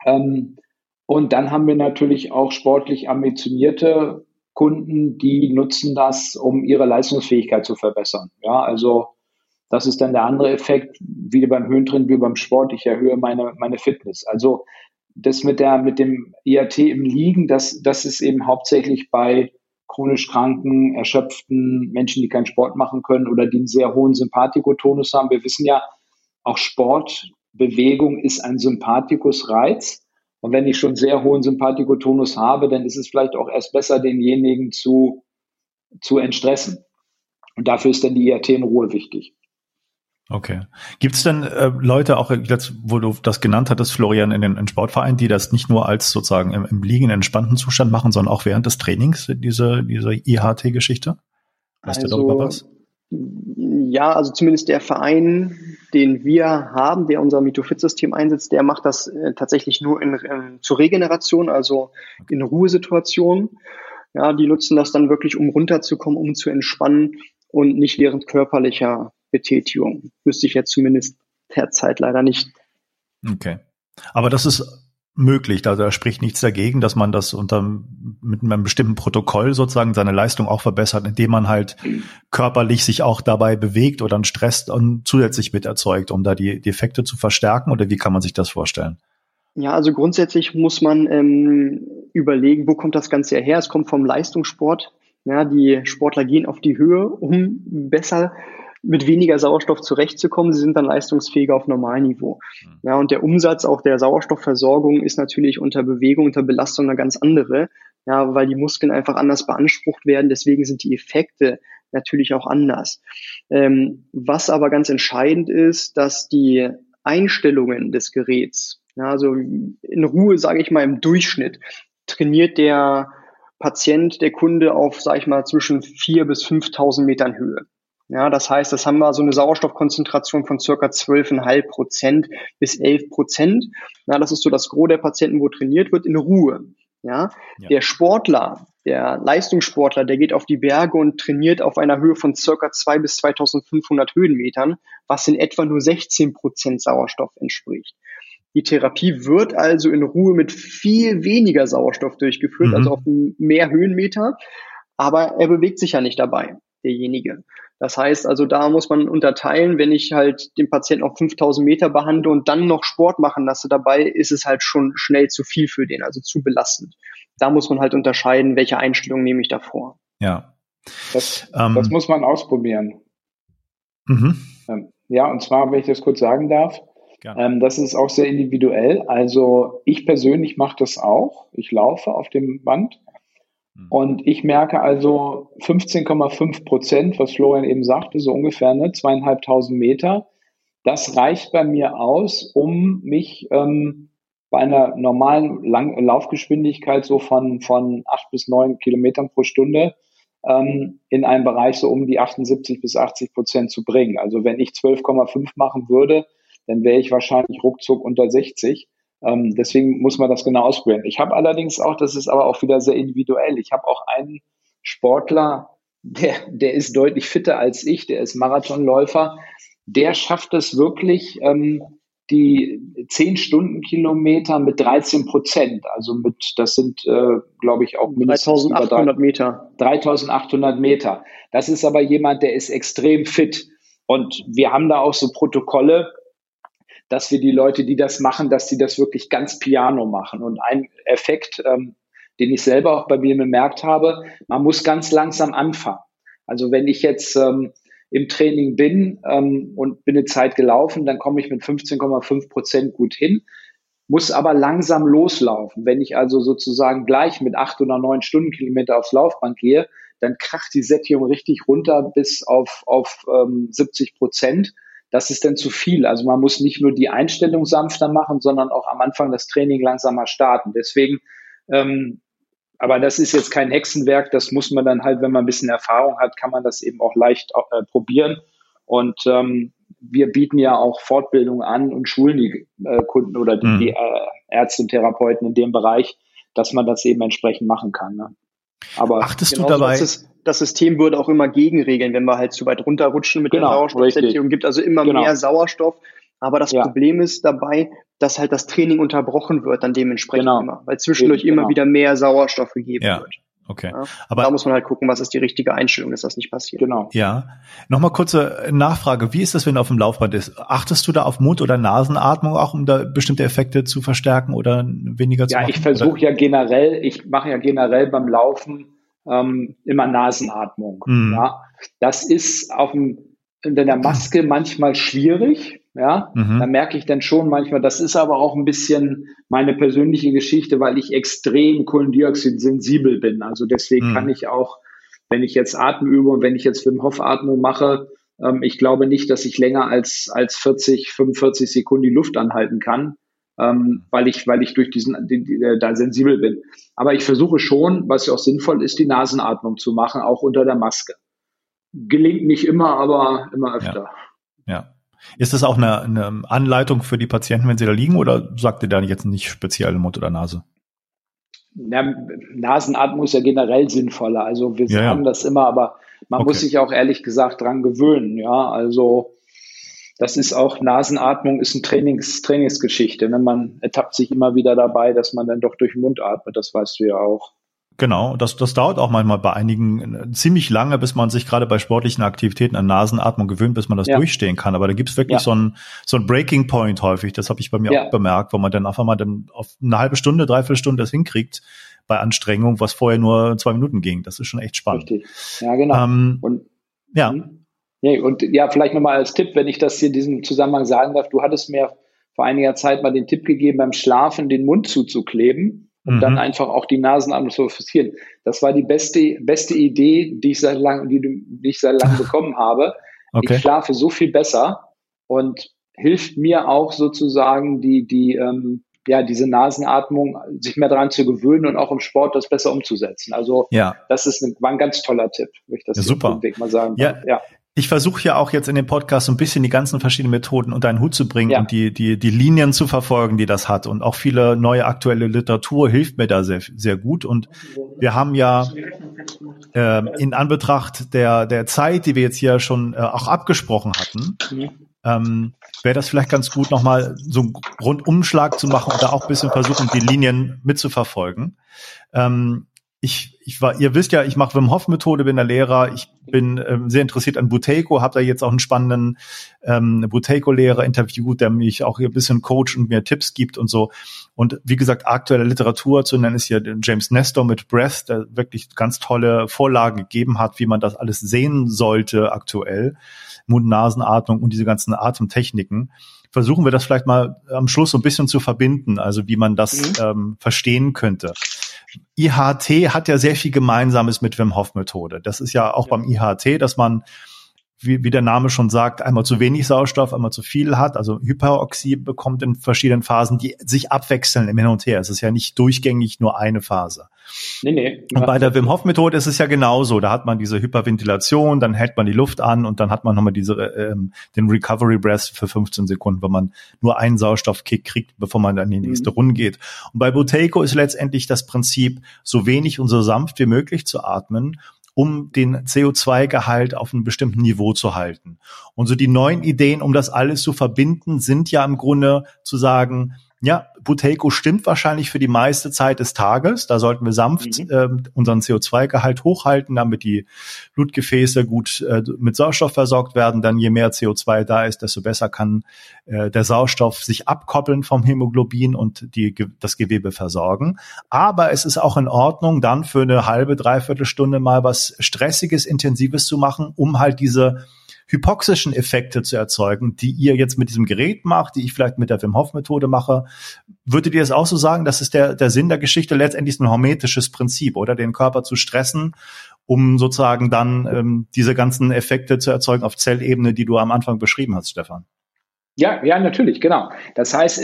Und dann haben wir natürlich auch sportlich ambitionierte Kunden, die nutzen das, um ihre Leistungsfähigkeit zu verbessern. Ja, also das ist dann der andere Effekt, wie beim Höhentraining, wie beim Sport. Ich erhöhe meine Fitness. Also das mit dem IAT im Liegen, das ist eben hauptsächlich bei chronisch kranken, erschöpften Menschen, die keinen Sport machen können oder die einen sehr hohen Sympathikotonus haben. Wir wissen ja, auch Sportbewegung ist ein Sympathikusreiz. Und wenn ich schon sehr hohen Sympathikotonus habe, dann ist es vielleicht auch erst besser, denjenigen zu entstressen. Und dafür ist dann die IAT in Ruhe wichtig. Okay. Gibt es denn Leute, auch jetzt, wo du das genannt hattest, Florian, in den Sportvereinen, die das nicht nur als sozusagen im liegenden, entspannten Zustand machen, sondern auch während des Trainings, diese IHT-Geschichte? Weißt du darüber was? Ja, also zumindest der Verein, den wir haben, der unser MitoFit-System einsetzt, der macht das tatsächlich nur zur Regeneration, also in Ruhesituationen. Ja, die nutzen das dann wirklich, um runterzukommen, um zu entspannen und nicht während körperlicher Betätigung. Wüsste ich jetzt zumindest derzeit leider nicht. Okay. Aber das ist möglich, da spricht nichts dagegen, dass man das mit einem bestimmten Protokoll sozusagen seine Leistung auch verbessert, indem man halt körperlich sich auch dabei bewegt oder einen Stress und zusätzlich mit erzeugt, um da die Effekte zu verstärken, oder wie kann man sich das vorstellen? Ja, also grundsätzlich muss man überlegen, wo kommt das Ganze her? Es kommt vom Leistungssport. Ja, die Sportler gehen auf die Höhe, um besser mit weniger Sauerstoff zurechtzukommen. Sie sind dann leistungsfähiger auf Normalniveau. Ja, und der Umsatz auch der Sauerstoffversorgung ist natürlich unter Bewegung, unter Belastung eine ganz andere. Ja, weil die Muskeln einfach anders beansprucht werden. Deswegen sind die Effekte natürlich auch anders. Was aber ganz entscheidend ist, dass die Einstellungen des Geräts, ja, also in Ruhe, sage ich mal, im Durchschnitt trainiert der Patient, der Kunde auf, sage ich mal, zwischen 4.000 bis 5.000 Metern Höhe. Ja, das heißt, das haben wir so eine Sauerstoffkonzentration von circa 12,5% bis 11%. Ja, das ist so das Gros der Patienten, wo trainiert wird, in Ruhe. Ja. Der Sportler, der Leistungssportler, der geht auf die Berge und trainiert auf einer Höhe von circa 2.000 bis 2.500 Höhenmetern, was in etwa nur 16% Sauerstoff entspricht. Die Therapie wird also in Ruhe mit viel weniger Sauerstoff durchgeführt, also auf mehr Höhenmeter, aber er bewegt sich ja nicht dabei, derjenige. Das heißt also, da muss man unterteilen, wenn ich halt den Patienten auf 5.000 Meter behandle und dann noch Sport machen lasse dabei, ist es halt schon schnell zu viel für den, also zu belastend. Da muss man halt unterscheiden, welche Einstellung nehme ich da vor. Ja. Das muss man ausprobieren. Ja, und zwar, wenn ich das kurz sagen darf, das ist auch sehr individuell. Also ich persönlich mache das auch. Ich laufe auf dem Band. Und ich merke also 15,5%, was Florian eben sagte, so ungefähr 2.500 Meter. Das reicht bei mir aus, um mich bei einer normalen Laufgeschwindigkeit so von 8 bis 9 Kilometern pro Stunde in einem Bereich so um die 78 bis 80% zu bringen. Also wenn ich 12,5 machen würde, dann wäre ich wahrscheinlich ruckzuck unter 60. Deswegen muss man das genau ausprobieren. Ich habe allerdings auch, das ist aber auch wieder sehr individuell, ich habe auch einen Sportler, der ist deutlich fitter als ich, der ist Marathonläufer, der schafft es wirklich, die 10 Stundenkilometer mit 13%, also das sind, glaube ich, auch mindestens 3.800 Meter. 3.800 Meter. Das ist aber jemand, der ist extrem fit. Und wir haben da auch so Protokolle, dass wir die Leute, die das machen, dass die das wirklich ganz piano machen. Und ein Effekt, den ich selber auch bei mir bemerkt habe, man muss ganz langsam anfangen. Also wenn ich jetzt im Training bin und bin eine Zeit gelaufen, dann komme ich mit 15,5% gut hin, muss aber langsam loslaufen. Wenn ich also sozusagen gleich mit 8 oder 9 Stundenkilometer aufs Laufband gehe, dann kracht die Sättigung richtig runter bis auf 70%. Das ist dann zu viel. Also man muss nicht nur die Einstellung sanfter machen, sondern auch am Anfang das Training langsamer starten. Deswegen, aber das ist jetzt kein Hexenwerk. Das muss man dann halt, wenn man ein bisschen Erfahrung hat, kann man das eben auch leicht probieren. Und wir bieten ja auch Fortbildung an und schulen die Kunden oder die Ärzte und Therapeuten in dem Bereich, dass man das eben entsprechend machen kann. Ne? Aber achtest du dabei? Das System würde auch immer gegenregeln, wenn wir halt zu weit runterrutschen mit der Sauerstoffsättigung. Gibt also immer mehr Sauerstoff. Aber das Problem ist dabei, dass halt das Training unterbrochen wird dann dementsprechend immer, weil zwischendurch immer wieder mehr Sauerstoff gegeben wird. Okay. Ja, aber da muss man halt gucken, was ist die richtige Einstellung, dass das nicht passiert. Genau. Ja. Nochmal kurze Nachfrage. Wie ist das, wenn du auf dem Laufband bist? Achtest du da auf Mund- oder Nasenatmung auch, um da bestimmte Effekte zu verstärken oder weniger zu machen? Ja, ich versuche ich mache ja generell beim Laufen immer Nasenatmung. Ja, das ist unter der Maske manchmal schwierig. Ja, da merke ich dann schon manchmal, das ist aber auch ein bisschen meine persönliche Geschichte, weil ich extrem Kohlendioxid-sensibel bin. Also deswegen kann ich auch, wenn ich jetzt Atemübe und wenn ich jetzt Wim Hof Atmung mache, ich glaube nicht, dass ich länger als 40, 45 Sekunden die Luft anhalten kann, weil ich durch da sensibel bin. Aber ich versuche schon, was ja auch sinnvoll ist, die Nasenatmung zu machen, auch unter der Maske. Gelingt nicht immer, aber immer öfter. Ja. Ist das auch eine Anleitung für die Patienten, wenn sie da liegen, oder sagt ihr da jetzt nicht speziell Mund oder Nase? Nasenatmung ist ja generell sinnvoller. Also wir sagen das immer, aber man muss sich auch ehrlich gesagt dran gewöhnen. Ja, also das ist auch, Nasenatmung ist eine Trainingsgeschichte. Ne? Man ertappt sich immer wieder dabei, dass man dann doch durch den Mund atmet. Das weißt du ja auch. Genau, das dauert auch manchmal bei einigen ziemlich lange, bis man sich gerade bei sportlichen Aktivitäten an Nasenatmung gewöhnt, bis man das durchstehen kann. Aber da gibt's wirklich so ein Breaking Point häufig. Das habe ich bei mir auch bemerkt, wo man dann einfach mal dann auf eine halbe Stunde, dreiviertel Stunde das hinkriegt bei Anstrengung, was vorher nur 2 Minuten ging. Das ist schon echt spannend. Richtig. Ja, genau. Und vielleicht nochmal als Tipp, wenn ich das hier in diesem Zusammenhang sagen darf, du hattest mir vor einiger Zeit mal den Tipp gegeben, beim Schlafen den Mund zuzukleben. Und dann einfach auch die Nasenatmung zu forcieren. Das war die beste Idee, die ich seit langem bekommen habe. Okay. Ich schlafe so viel besser und hilft mir auch sozusagen diese Nasenatmung, sich mehr daran zu gewöhnen und auch im Sport das besser umzusetzen. Also das war ein ganz toller Tipp, wenn ich das super. auf den Weg mal sagen darf. Ja. Ich versuche ja auch jetzt in dem Podcast so ein bisschen die ganzen verschiedenen Methoden unter einen Hut zu bringen und die Linien zu verfolgen, die das hat. Und auch viele neue aktuelle Literatur hilft mir da sehr, sehr gut. Und wir haben ja in Anbetracht der Zeit, die wir jetzt hier schon auch abgesprochen hatten, wäre das vielleicht ganz gut, nochmal so einen Rundumschlag zu machen und da auch ein bisschen versuchen, die Linien mitzuverfolgen. Ihr wisst ja, ich mache Wim Hof Methode, bin der Lehrer. Ich bin sehr interessiert an Buteyko, habe da jetzt auch einen spannenden Buteyko-Lehrer interviewt, der mich auch hier ein bisschen coacht und mir Tipps gibt und so. Und wie gesagt, aktuelle Literatur zu nennen ist hier James Nestor mit Breath, der wirklich ganz tolle Vorlagen gegeben hat, wie man das alles sehen sollte aktuell. Mund-Nasen-Atmung und diese ganzen Atemtechniken. Versuchen wir das vielleicht mal am Schluss so ein bisschen zu verbinden, also wie man das verstehen könnte. IHT hat ja sehr viel Gemeinsames mit Wim Hof Methode. Das ist ja auch beim IHT, dass man, wie der Name schon sagt, einmal zu wenig Sauerstoff, einmal zu viel hat. Also Hyperoxie bekommt in verschiedenen Phasen, die sich abwechseln im Hin und Her. Es ist ja nicht durchgängig nur eine Phase. Nee. Und bei der Wim Hof Methode ist es ja genauso. Da hat man diese Hyperventilation, dann hält man die Luft an und dann hat man nochmal den Recovery Breath für 15 Sekunden, wenn man nur einen Sauerstoffkick kriegt, bevor man dann in die nächste Runde geht. Und bei Buteyko ist letztendlich das Prinzip, so wenig und so sanft wie möglich zu atmen, um den CO2-Gehalt auf einem bestimmten Niveau zu halten. Und so die neuen Ideen, um das alles zu verbinden, sind ja im Grunde zu sagen, ja, Buteyko stimmt wahrscheinlich für die meiste Zeit des Tages. Da sollten wir sanft unseren CO2-Gehalt hochhalten, damit die Blutgefäße gut mit Sauerstoff versorgt werden. Dann je mehr CO2 da ist, desto besser kann der Sauerstoff sich abkoppeln vom Hämoglobin und das Gewebe versorgen. Aber es ist auch in Ordnung, dann für eine halbe, dreiviertel Stunde mal was Stressiges, Intensives zu machen, um halt diese hypoxischen Effekte zu erzeugen, die ihr jetzt mit diesem Gerät macht, die ich vielleicht mit der Wim Hof Methode mache. Würdet ihr es auch so sagen, das ist der Sinn der Geschichte, letztendlich ein hormetisches Prinzip, oder den Körper zu stressen, um sozusagen dann diese ganzen Effekte zu erzeugen auf Zellebene, die du am Anfang beschrieben hast, Stefan? Ja, natürlich, genau. Das heißt,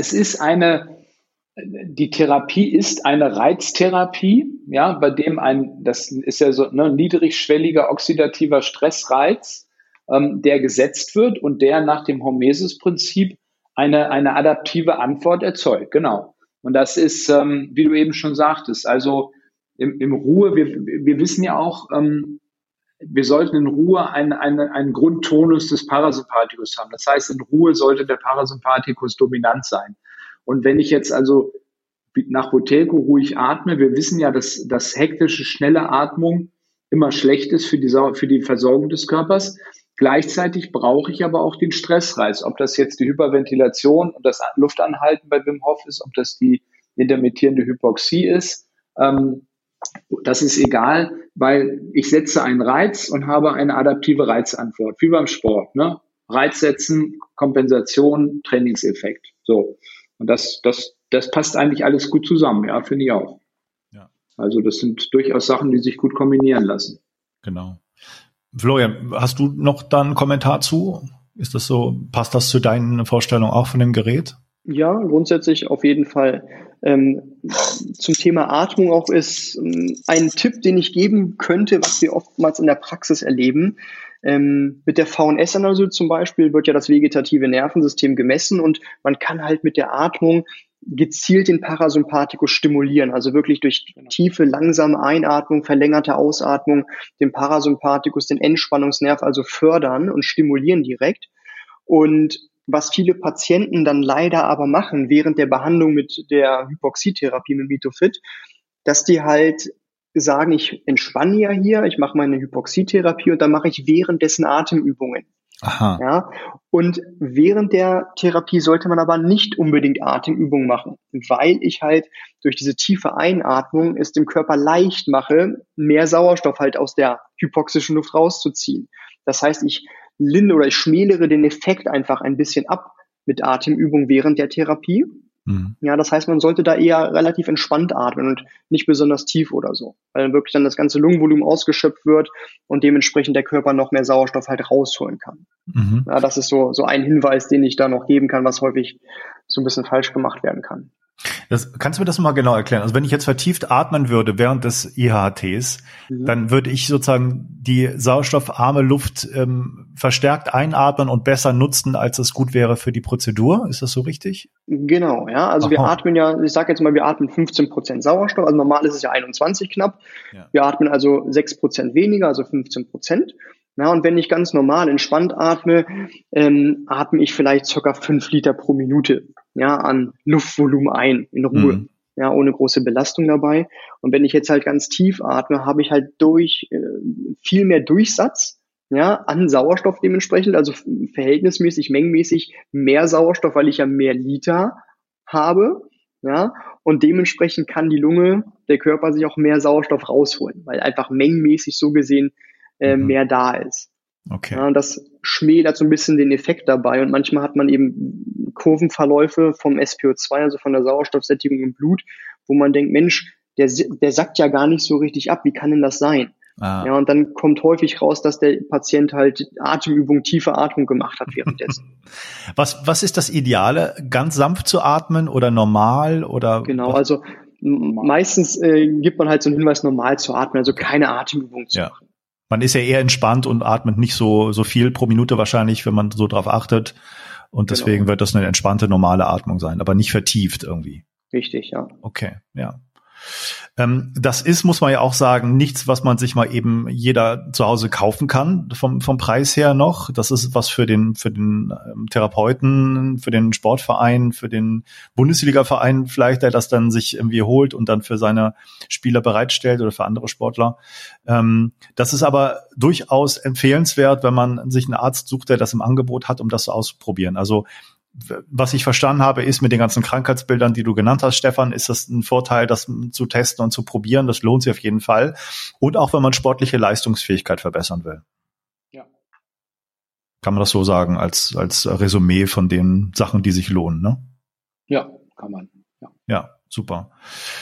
die Therapie ist eine Reiztherapie, ja, bei dem das ist ja so ein niedrigschwelliger oxidativer Stressreiz, der gesetzt wird und der nach dem Hormesis-Prinzip eine adaptive Antwort erzeugt. Genau. Und das ist, wie du eben schon sagtest, also im Ruhe, wir wissen ja auch, wir sollten in Ruhe einen Grundtonus des Parasympathikus haben. Das heißt, in Ruhe sollte der Parasympathikus dominant sein. Und wenn ich jetzt also nach Buteyko ruhig atme, wir wissen ja, dass das hektische, schnelle Atmung immer schlecht ist für die Versorgung des Körpers. Gleichzeitig brauche ich aber auch den Stressreiz, ob das jetzt die Hyperventilation und das Luftanhalten bei Wim Hof ist, ob das die intermittierende Hypoxie ist. Das ist egal, weil ich setze einen Reiz und habe eine adaptive Reizantwort, wie beim Sport. Ne? Reiz setzen, Kompensation, Trainingseffekt. So. Und das passt eigentlich alles gut zusammen, ja, finde ich auch. Ja. Also das sind durchaus Sachen, die sich gut kombinieren lassen. Genau. Florian, hast du noch da einen Kommentar zu? Ist das so, passt das zu deinen Vorstellungen auch von dem Gerät? Ja, grundsätzlich auf jeden Fall. Zum Thema Atmung auch ist ein Tipp, den ich geben könnte, was wir oftmals in der Praxis erleben. Mit der VNS-Analyse zum Beispiel wird ja das vegetative Nervensystem gemessen und man kann halt mit der Atmung gezielt den Parasympathikus stimulieren, also wirklich durch tiefe, langsame Einatmung, verlängerte Ausatmung, den Parasympathikus, den Entspannungsnerv also fördern und stimulieren direkt. Und was viele Patienten dann leider aber machen während der Behandlung mit der Hypoxietherapie mit Mitofit, dass die halt sagen, ich entspanne ja hier, ich mache meine Hypoxietherapie und dann mache ich währenddessen Atemübungen. Aha. Ja, und während der Therapie sollte man aber nicht unbedingt Atemübungen machen, weil ich halt durch diese tiefe Einatmung es dem Körper leicht mache, mehr Sauerstoff halt aus der hypoxischen Luft rauszuziehen. Das heißt, ich schmälere den Effekt einfach ein bisschen ab mit Atemübungen während der Therapie. Ja, das heißt, man sollte da eher relativ entspannt atmen und nicht besonders tief oder so, weil dann wirklich dann das ganze Lungenvolumen ausgeschöpft wird und dementsprechend der Körper noch mehr Sauerstoff halt rausholen kann. Ja, das ist so ein Hinweis, den ich da noch geben kann, was häufig so ein bisschen falsch gemacht werden kann. Kannst du mir das mal genau erklären? Also wenn ich jetzt vertieft atmen würde während des IHHTs, dann würde ich sozusagen die sauerstoffarme Luft verstärkt einatmen und besser nutzen, als es gut wäre für die Prozedur. Ist das so richtig? Genau, ja. Also wir atmen ja, ich sage jetzt mal, wir atmen 15% Sauerstoff. Also normal ist es ja 21 knapp. Ja. Wir atmen also 6% weniger, also 15%. Ja, und wenn ich ganz normal entspannt atme, atme ich vielleicht ca. 5 Liter pro Minute, ja, an Luftvolumen ein, in Ruhe, ja, ohne große Belastung dabei. Und wenn ich jetzt halt ganz tief atme, habe ich halt viel mehr Durchsatz, ja, an Sauerstoff dementsprechend, also verhältnismäßig, mengenmäßig mehr Sauerstoff, weil ich ja mehr Liter habe, ja, und dementsprechend kann die Lunge, der Körper sich auch mehr Sauerstoff rausholen, weil einfach mengenmäßig so gesehen mehr da ist. Okay. Ja, und das schmälert so ein bisschen den Effekt dabei. Und manchmal hat man eben Kurvenverläufe vom SpO2, also von der Sauerstoffsättigung im Blut, wo man denkt, Mensch, der sackt ja gar nicht so richtig ab. Wie kann denn das sein? Ja, und dann kommt häufig raus, dass der Patient halt tiefe Atmung gemacht hat währenddessen. Was ist das Ideale? Ganz sanft zu atmen oder normal oder? Genau, also meistens gibt man halt so einen Hinweis, normal zu atmen, also keine Atemübung zu machen. Man ist ja eher entspannt und atmet nicht so viel pro Minute wahrscheinlich, wenn man so drauf achtet. Und deswegen wird das eine entspannte, normale Atmung sein, aber nicht vertieft irgendwie. Richtig, ja. Okay, ja. Das ist, muss man ja auch sagen, nichts, was man sich mal eben jeder zu Hause kaufen kann, vom Preis her noch. Das ist was für den Therapeuten, für den Sportverein, für den Bundesliga-Verein vielleicht, der das dann sich irgendwie holt und dann für seine Spieler bereitstellt oder für andere Sportler. Das ist aber durchaus empfehlenswert, wenn man sich einen Arzt sucht, der das im Angebot hat, um das auszuprobieren. Also was ich verstanden habe, ist mit den ganzen Krankheitsbildern, die du genannt hast, Stefan, ist das ein Vorteil, das zu testen und zu probieren. Das lohnt sich auf jeden Fall. Und auch, wenn man sportliche Leistungsfähigkeit verbessern will. Ja. Kann man das so sagen, als Resümee von den Sachen, die sich lohnen, ne? Ja, kann man. Ja, super.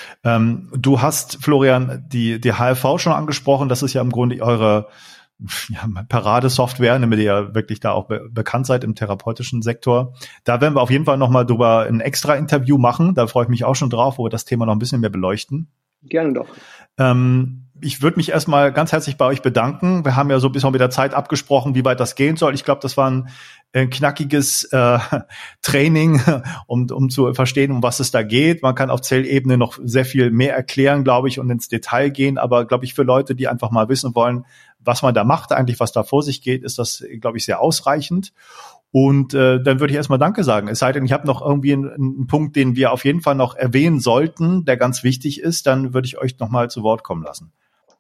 Du hast, Florian, die HRV schon angesprochen. Das ist ja im Grunde eure Paradesoftware, damit ihr ja wirklich da auch bekannt seid im therapeutischen Sektor. Da werden wir auf jeden Fall nochmal drüber ein extra Interview machen. Da freue ich mich auch schon drauf, wo wir das Thema noch ein bisschen mehr beleuchten. Gerne doch. Ich würde mich erstmal ganz herzlich bei euch bedanken. Wir haben ja so ein bisschen mit der Zeit abgesprochen, wie weit das gehen soll. Ich glaube, das war ein knackiges Training, um zu verstehen, um was es da geht. Man kann auf Zellebene noch sehr viel mehr erklären, glaube ich, und ins Detail gehen. Aber, glaube ich, für Leute, die einfach mal wissen wollen, was man da macht, eigentlich was da vor sich geht, ist das, glaube ich, sehr ausreichend. Und dann würde ich erstmal Danke sagen. Es sei denn, ich habe noch irgendwie einen Punkt, den wir auf jeden Fall noch erwähnen sollten, der ganz wichtig ist, dann würde ich euch nochmal zu Wort kommen lassen.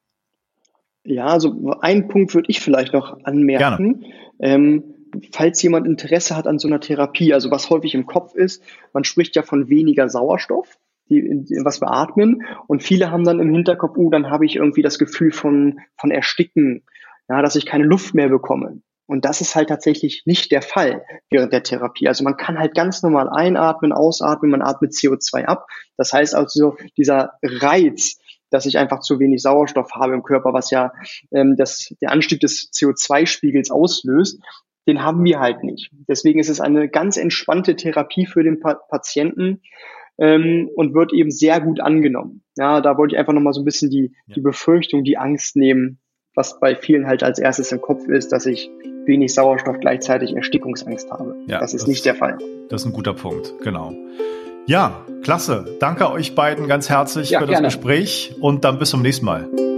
Ja, also einen Punkt würde ich vielleicht noch anmerken. Falls jemand Interesse hat an so einer Therapie, also was häufig im Kopf ist, man spricht ja von weniger Sauerstoff, was wir atmen, und viele haben dann im Hinterkopf, dann habe ich irgendwie das Gefühl von Ersticken, ja, dass ich keine Luft mehr bekomme. Und das ist halt tatsächlich nicht der Fall während der Therapie. Also man kann halt ganz normal einatmen, ausatmen, man atmet CO2 ab. Das heißt also, dieser Reiz, dass ich einfach zu wenig Sauerstoff habe im Körper, was ja der Anstieg des CO2-Spiegels auslöst, den haben wir halt nicht. Deswegen ist es eine ganz entspannte Therapie für den Patienten und wird eben sehr gut angenommen. Ja, da wollte ich einfach nochmal so ein bisschen die Befürchtung, die Angst nehmen, was bei vielen halt als erstes im Kopf ist, dass ich wenig Sauerstoff gleichzeitig Erstickungsangst habe. Ja, das ist nicht der Fall. Das ist ein guter Punkt, genau. Ja, klasse. Danke euch beiden ganz herzlich für das Gespräch und dann bis zum nächsten Mal.